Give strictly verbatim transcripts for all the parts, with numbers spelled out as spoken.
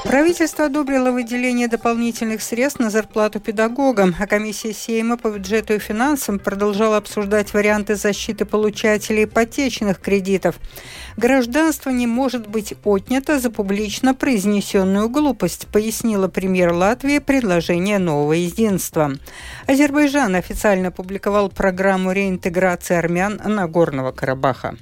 Правительство одобрило выделение дополнительных средств на зарплату педагогам, а комиссия Сейма по бюджету и финансам продолжала обсуждать варианты защиты получателей ипотечных кредитов. Гражданство не может быть отнято за публично произнесенную глупость, пояснила премьер Латвии предложение нового единства. Азербайджан официально опубликовал программу реинтеграции армян Нагорного Карабаха.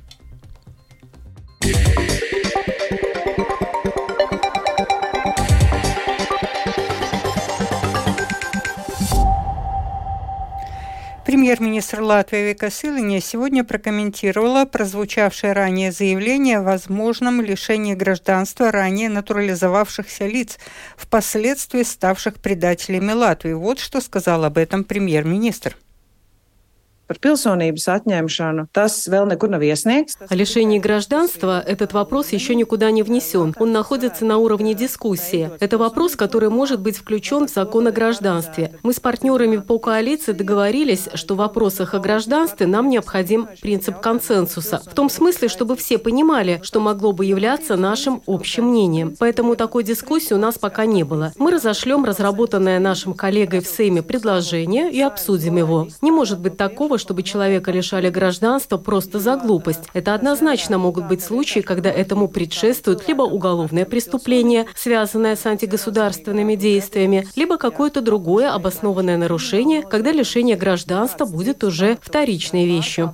Премьер-министр Латвии Эвика Силиņa сегодня прокомментировала прозвучавшее ранее заявление о возможном лишении гражданства ранее натурализовавшихся лиц, впоследствии ставших предателями Латвии. Вот что сказал об этом премьер-министр. О лишении гражданства этот вопрос еще никуда не внесен. Он находится на уровне дискуссии. Это вопрос, который может быть включен в закон о гражданстве. Мы с партнерами по коалиции договорились, что в вопросах о гражданстве нам необходим принцип консенсуса. В том смысле, чтобы все понимали, что могло бы являться нашим общим мнением. Поэтому такой дискуссии у нас пока не было. Мы разошлем разработанное нашим коллегой в Сейме предложение и обсудим его. Не может быть такого, чтобы человека лишали гражданства просто за глупость. Это однозначно могут быть случаи, когда этому предшествует либо уголовное преступление, связанное с антигосударственными действиями, либо какое-то другое обоснованное нарушение, когда лишение гражданства будет уже вторичной вещью.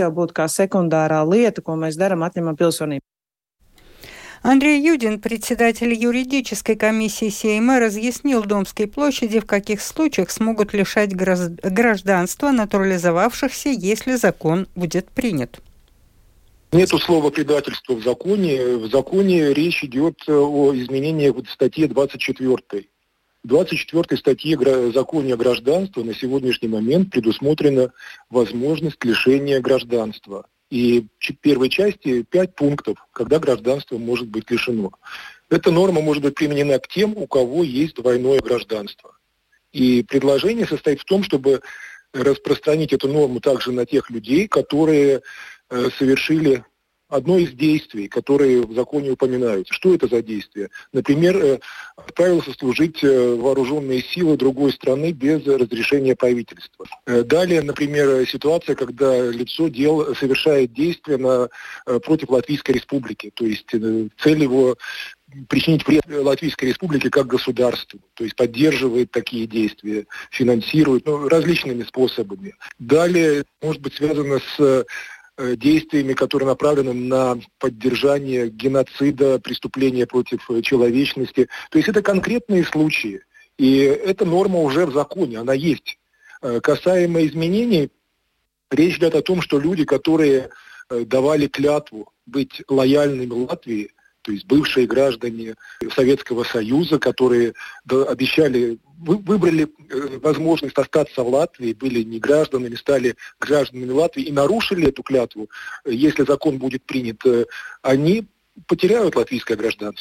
Андрей Юдин, председатель юридической комиссии Сейма, разъяснил Домской площади, в каких случаях смогут лишать гражданства натурализовавшихся, если закон будет принят. Нету слова «предательство» в законе. В законе речь идет о изменениях в статье двадцать четвёртой. В двадцать четвёртой статье закона о гражданстве на сегодняшний момент предусмотрена возможность лишения гражданства. И в первой части пять пунктов, когда гражданство может быть лишено. Эта норма может быть применена к тем, у кого есть двойное гражданство. И предложение состоит в том, чтобы распространить эту норму также на тех людей, которые э, совершили одно из действий, которые в законе упоминаются. Что это за действие? Например, э, отправился служить э, вооруженные силы другой страны без разрешения правительства. Э, далее, например, ситуация, когда лицо дел, совершает действия на, э, против Латвийской Республики. То есть э, цель его причинить вред Латвийской Республике как государству. То есть поддерживает такие действия, финансирует ну, различными способами. Далее, может быть связано с действиями, которые направлены на поддержание геноцида, преступления против человечности. То есть это конкретные случаи. И эта норма уже в законе, она есть. Касаемо изменений, речь идет о том, что люди, которые давали клятву быть лояльными Латвии, то есть бывшие граждане Советского Союза, которые обещали, выбрали возможность остаться в Латвии, были не гражданами, стали гражданами Латвии и нарушили эту клятву, если закон будет принят, они потеряют латвийское гражданство.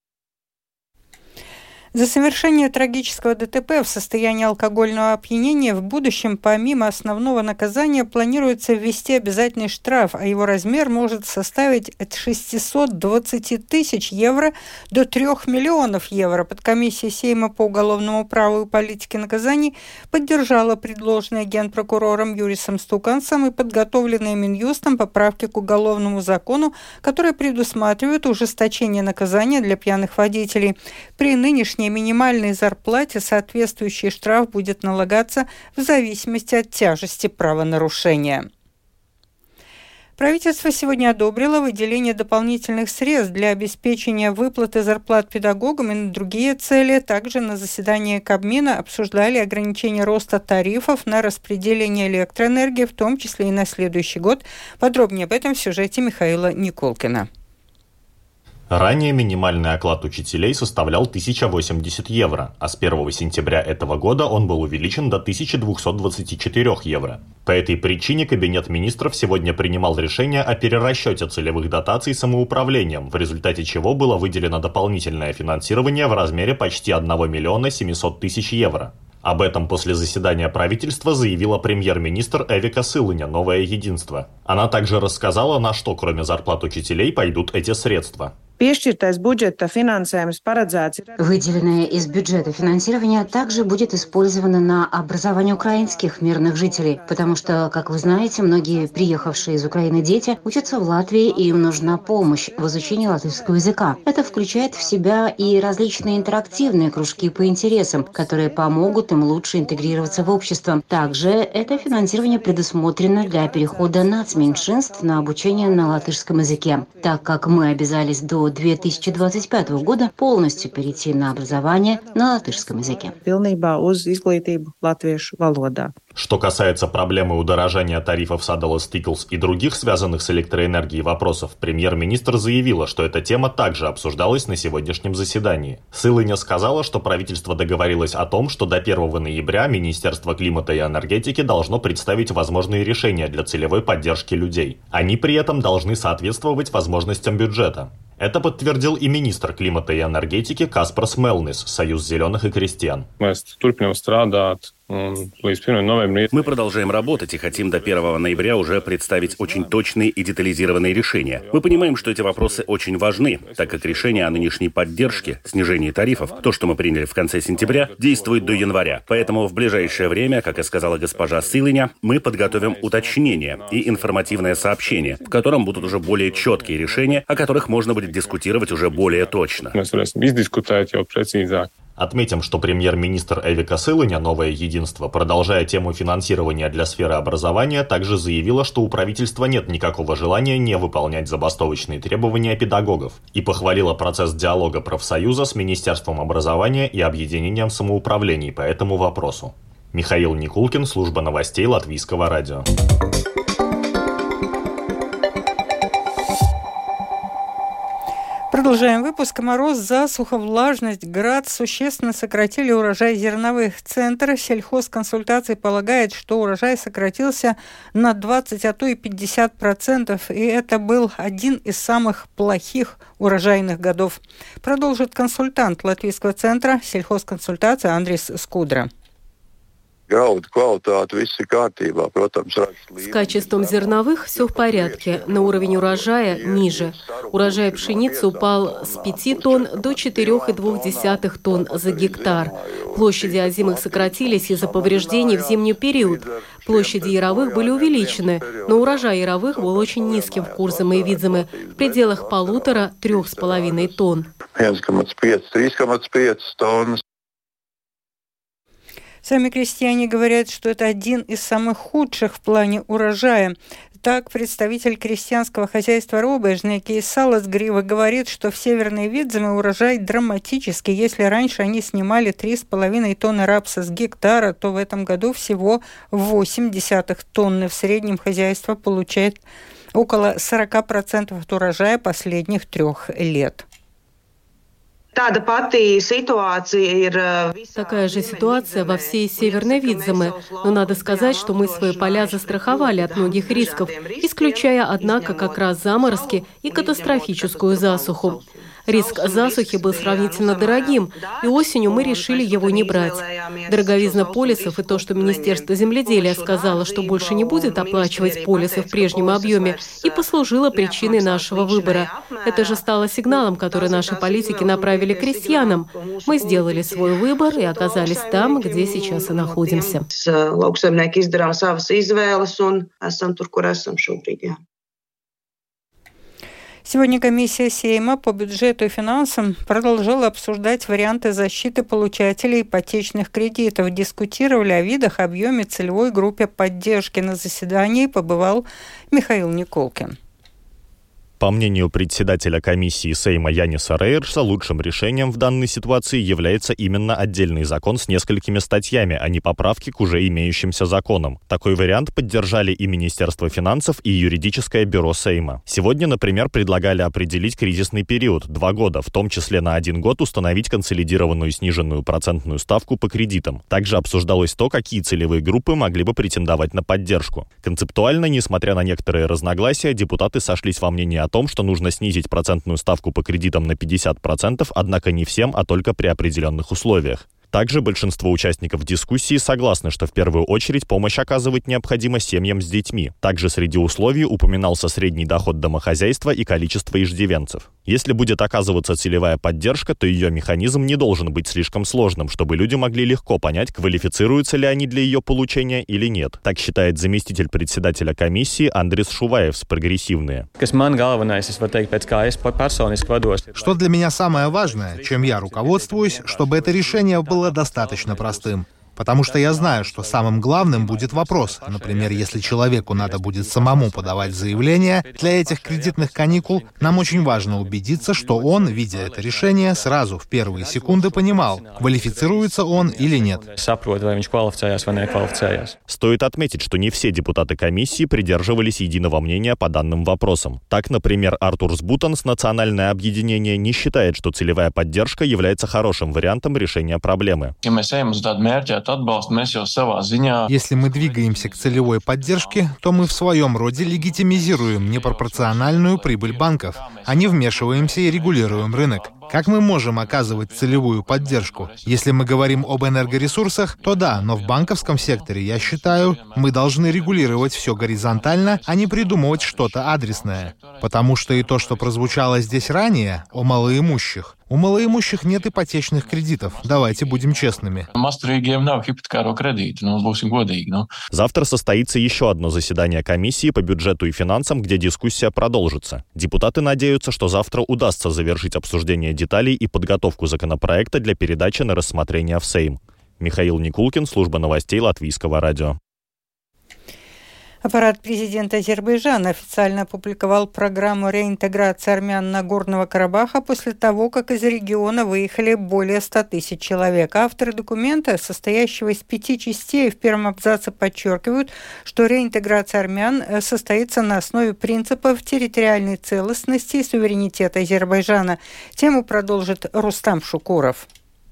За совершение трагического ДТП в состоянии алкогольного опьянения в будущем помимо основного наказания планируется ввести обязательный штраф, а его размер может составить от шестисот двадцати тысяч евро до трёх миллионов евро. Подкомиссия Сейма по уголовному праву и политике наказаний поддержала предложенные генпрокурором Юрисом Стукансом и подготовленные Минюстом поправки к уголовному закону, которые предусматривают ужесточение наказания для пьяных водителей. При нынешней минимальной зарплате соответствующий штраф будет налагаться в зависимости от тяжести правонарушения. Правительство сегодня одобрило выделение дополнительных средств для обеспечения выплаты зарплат педагогам и на другие цели. Также на заседании Кабмина обсуждали ограничение роста тарифов на распределение электроэнергии, в том числе и на следующий год. Подробнее об этом в сюжете Михаила Николкина. Ранее минимальный оклад учителей составлял тысяча восемьдесят евро, а с первого сентября этого года он был увеличен до тысяча двести двадцать четыре евро. По этой причине Кабинет министров сегодня принимал решение о перерасчете целевых дотаций самоуправлением, в результате чего было выделено дополнительное финансирование в размере почти одного миллиона семисот тысяч евро. Об этом после заседания правительства заявила премьер-министр Эвика Силиņa «Новое единство». Она также рассказала, на что кроме зарплат учителей пойдут эти средства. Выделенное из бюджета финансирование также будет использовано на образование украинских мирных жителей, потому что, как вы знаете, многие приехавшие из Украины дети учатся в Латвии, и им нужна помощь в изучении латышского языка. Это включает в себя и различные интерактивные кружки по интересам, которые помогут им лучше интегрироваться в общество. Также это финансирование предусмотрено для перехода нацменьшинств на обучение на латышском языке, так как мы обязались до две тысячи двадцать пятого года полностью перейти на образование на латышском языке. Что касается проблемы удорожания тарифов Садалас Тиклс и других связанных с электроэнергией вопросов, премьер-министр заявила, что эта тема также обсуждалась на сегодняшнем заседании. Сылыня сказала, что правительство договорилось о том, что до первого ноября Министерство климата и энергетики должно представить возможные решения для целевой поддержки людей. Они при этом должны соответствовать возможностям бюджета. Это подтвердил и министр климата и энергетики Каспарс Мелнис, Союз зеленых и крестьян. Мы продолжаем работать и хотим до первого ноября уже представить очень точные и детализированные решения. Мы понимаем, что эти вопросы очень важны, так как решение о нынешней поддержке, снижении тарифов, то, что мы приняли в конце сентября, действует до января. Поэтому в ближайшее время, как и сказала госпожа Сылыня, мы подготовим уточнение и информативное сообщение, в котором будут уже более четкие решения, о которых можно будет дискутировать уже более точно. Отметим, что премьер-министр Эвика Сылыня, Новое единство, продолжая тему финансирования для сферы образования, также заявила, что у правительства нет никакого желания не выполнять забастовочные требования педагогов, и похвалила процесс диалога профсоюза с Министерством образования и Объединением самоуправлений по этому вопросу. Михаил Никулкин, служба новостей Латвийского радио. Продолжаем выпуск. Мороз, засуха, влажность, град существенно сократили урожай зерновых. Центр сельхозконсультаций полагает, что урожай сократился на двадцать, а то и пятьдесят процентов, и это был один из самых плохих урожайных годов. Продолжит консультант Латвийского центра сельхозконсультаций Андрис Скудра. С качеством зерновых все в порядке, но уровень урожая ниже. Урожай пшеницы упал с пяти тонн до четырёх целых двух десятых тонн за гектар. Площади озимых сократились из-за повреждений в зимний период. Площади яровых были увеличены, но урожай яровых был очень низким в Курзаме и Видземе, в пределах полутора-трех с половиной тонн. Сами крестьяне говорят, что это один из самых худших в плане урожая. Так, представитель крестьянского хозяйства Робежный Кейс Саласгрива говорит, что в Северной Видземе урожай драматический. Если раньше они снимали три с половиной тонны рапса с гектара, то в этом году всего восемь десятых тонны. В среднем хозяйство получает около сорок процентов от урожая последних трех лет. Такая же ситуация во всей Северной Видземе, но надо сказать, что мы свои поля застраховали от многих рисков, исключая, однако, как раз заморозки и катастрофическую засуху. Риск засухи был сравнительно дорогим, и осенью мы решили его не брать. Дороговизна полисов и то, что Министерство земледелия сказало, что больше не будет оплачивать полисы в прежнем объеме, и послужило причиной нашего выбора. Это же стало сигналом, который наши политики направили крестьянам. Мы сделали свой выбор и оказались там, где сейчас и находимся. Сегодня комиссия Сейма по бюджету и финансам продолжала обсуждать варианты защиты получателей ипотечных кредитов. Дискутировали о видах, объеме, целевой группе поддержки. На заседании побывал Михаил Никулкин. По мнению председателя комиссии Сейма Яниса Рейерса, лучшим решением в данной ситуации является именно отдельный закон с несколькими статьями, а не поправки к уже имеющимся законам. Такой вариант поддержали и Министерство финансов, и юридическое бюро Сейма. Сегодня, например, предлагали определить кризисный период – два года, в том числе на один год установить консолидированную сниженную процентную ставку по кредитам. Также обсуждалось то, какие целевые группы могли бы претендовать на поддержку. Концептуально, несмотря на некоторые разногласия, депутаты сошлись во мнении о том, что нужно снизить процентную ставку по кредитам на пятьдесят процентов, однако не всем, а только при определенных условиях. Также большинство участников дискуссии согласны, что в первую очередь помощь оказывать необходимо семьям с детьми. Также среди условий упоминался средний доход домохозяйства и количество иждивенцев. Если будет оказываться целевая поддержка, то ее механизм не должен быть слишком сложным, чтобы люди могли легко понять, квалифицируются ли они для ее получения или нет. Так считает заместитель председателя комиссии Андрис Шуваевс, прогрессивные. Что для меня самое важное, чем я руководствуюсь, чтобы это решение было достаточно простым. Потому что я знаю, что самым главным будет вопрос. Например, если человеку надо будет самому подавать заявление для этих кредитных каникул, нам очень важно убедиться, что он, видя это решение, сразу в первые секунды понимал, квалифицируется он или нет. Стоит отметить, что не все депутаты комиссии придерживались единого мнения по данным вопросам. Так, например, Артур Сбутанс, Национальное объединение, не считает, что целевая поддержка является хорошим вариантом решения проблемы. Если мы двигаемся к целевой поддержке, то мы в своем роде легитимизируем непропорциональную прибыль банков, а не вмешиваемся и регулируем рынок. Как мы можем оказывать целевую поддержку? Если мы говорим об энергоресурсах, то да, но в банковском секторе, я считаю, мы должны регулировать все горизонтально, а не придумывать что-то адресное. Потому что и то, что прозвучало здесь ранее, о малоимущих. У малоимущих нет ипотечных кредитов, давайте будем честными. Завтра состоится еще одно заседание комиссии по бюджету и финансам, где дискуссия продолжится. Депутаты надеются, что завтра удастся завершить обсуждение деталей и подготовку законопроекта для передачи на рассмотрение в Сейм. Михаил Никулкин, служба новостей Латвийского радио. Аппарат президента Азербайджана официально опубликовал программу реинтеграции армян Нагорного Карабаха после того, как из региона выехали более ста тысяч человек. Авторы документа, состоящего из пяти частей, в первом абзаце подчеркивают, что реинтеграция армян состоится на основе принципов территориальной целостности и суверенитета Азербайджана. Тему продолжит Рустам Шукуров.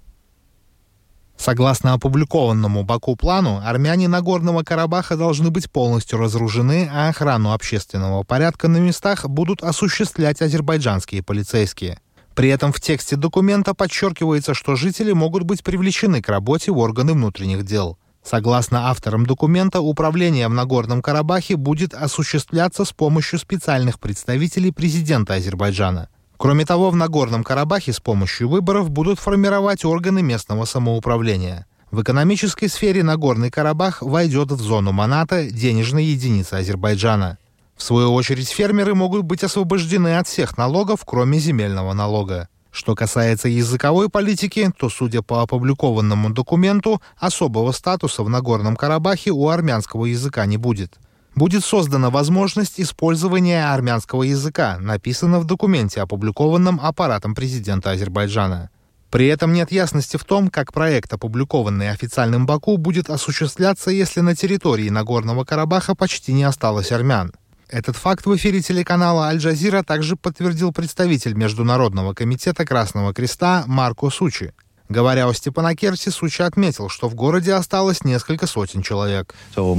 Согласно опубликованному Баку-плану, армяне Нагорного Карабаха должны быть полностью разоружены, а охрану общественного порядка на местах будут осуществлять азербайджанские полицейские. При этом в тексте документа подчеркивается, что жители могут быть привлечены к работе в органы внутренних дел. Согласно авторам документа, управление в Нагорном Карабахе будет осуществляться с помощью специальных представителей президента Азербайджана. Кроме того, в Нагорном Карабахе с помощью выборов будут формировать органы местного самоуправления. В экономической сфере Нагорный Карабах войдет в зону маната, денежной единицы Азербайджана. В свою очередь, фермеры могут быть освобождены от всех налогов, кроме земельного налога. Что касается языковой политики, то, судя по опубликованному документу, особого статуса в Нагорном Карабахе у армянского языка не будет. Будет создана возможность использования армянского языка, написано в документе, опубликованном аппаратом президента Азербайджана. При этом нет ясности в том, как проект, опубликованный официальным Баку, будет осуществляться, если на территории Нагорного Карабаха почти не осталось армян. Этот факт в эфире телеканала «Аль-Джазира» также подтвердил представитель Международного комитета Красного Креста Марко Сучи. Говоря о Степанакерте, Сучи отметил, что в городе осталось несколько сотен человек.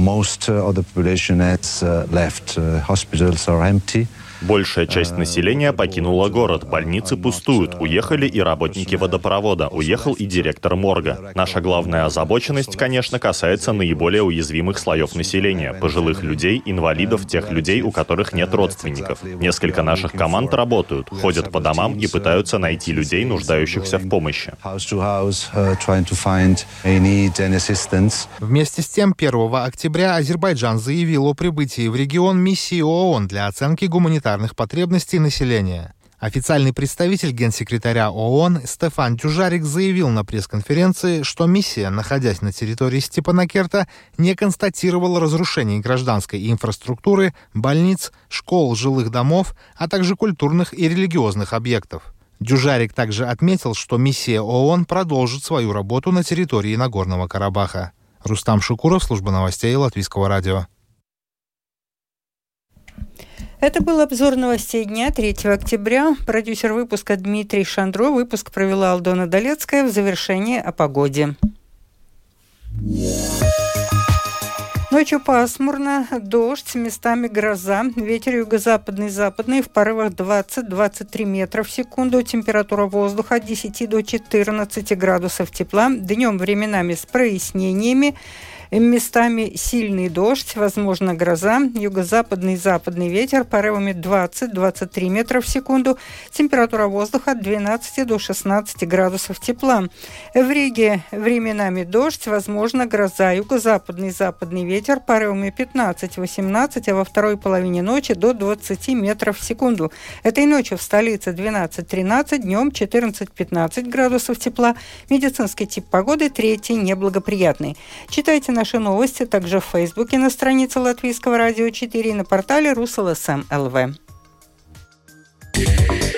Большая часть населения покинула город, больницы пустуют, уехали и работники водопровода, уехал и директор морга. Наша главная озабоченность, конечно, касается наиболее уязвимых слоев населения, пожилых людей, инвалидов, тех людей, у которых нет родственников. Несколько наших команд работают, ходят по домам и пытаются найти людей, нуждающихся в помощи. Вместе с тем, первого октября Азербайджан заявил о прибытии в регион миссии ООН для оценки гуманитарных потребностей населения. Официальный представитель генсекретаря ООН Стефан Дюжарик заявил на пресс-конференции, что миссия, находясь на территории Степанакерта, не констатировала разрушений гражданской инфраструктуры, больниц, школ, жилых домов, а также культурных и религиозных объектов. Дюжарик также отметил, что миссия ООН продолжит свою работу на территории Нагорного Карабаха. Рустам Шукуров, служба новостей Латвийского радио. Это был обзор новостей дня третьего октября. Продюсер выпуска Дмитрий Шандро. Выпуск провела Алдона Долецкая. В завершение о погоде. Ночью пасмурно, дождь, местами гроза, ветер юго-западный, западный в порывах двадцать-двадцать три метра в секунду, температура воздуха от десяти до четырнадцати градусов тепла, днем временами с прояснениями, местами сильный дождь, возможно гроза, юго-западный, западный ветер порывами двадцать-двадцать три метра в секунду, температура воздуха от двенадцати до шестнадцати градусов тепла. В Риге временами дождь, возможно гроза, юго-западный, западный ветер порывами пятнадцать-восемнадцать, а во второй половине ночи до двадцати метров в секунду. Этой ночью в столице двенадцать-тринадцать, днем четырнадцать-пятнадцать градусов тепла. Медицинский тип погоды третий, неблагоприятный. Читайте наши новости также в Фейсбуке на странице Латвийского радио четыре и на портале Руслсм точка эл ви.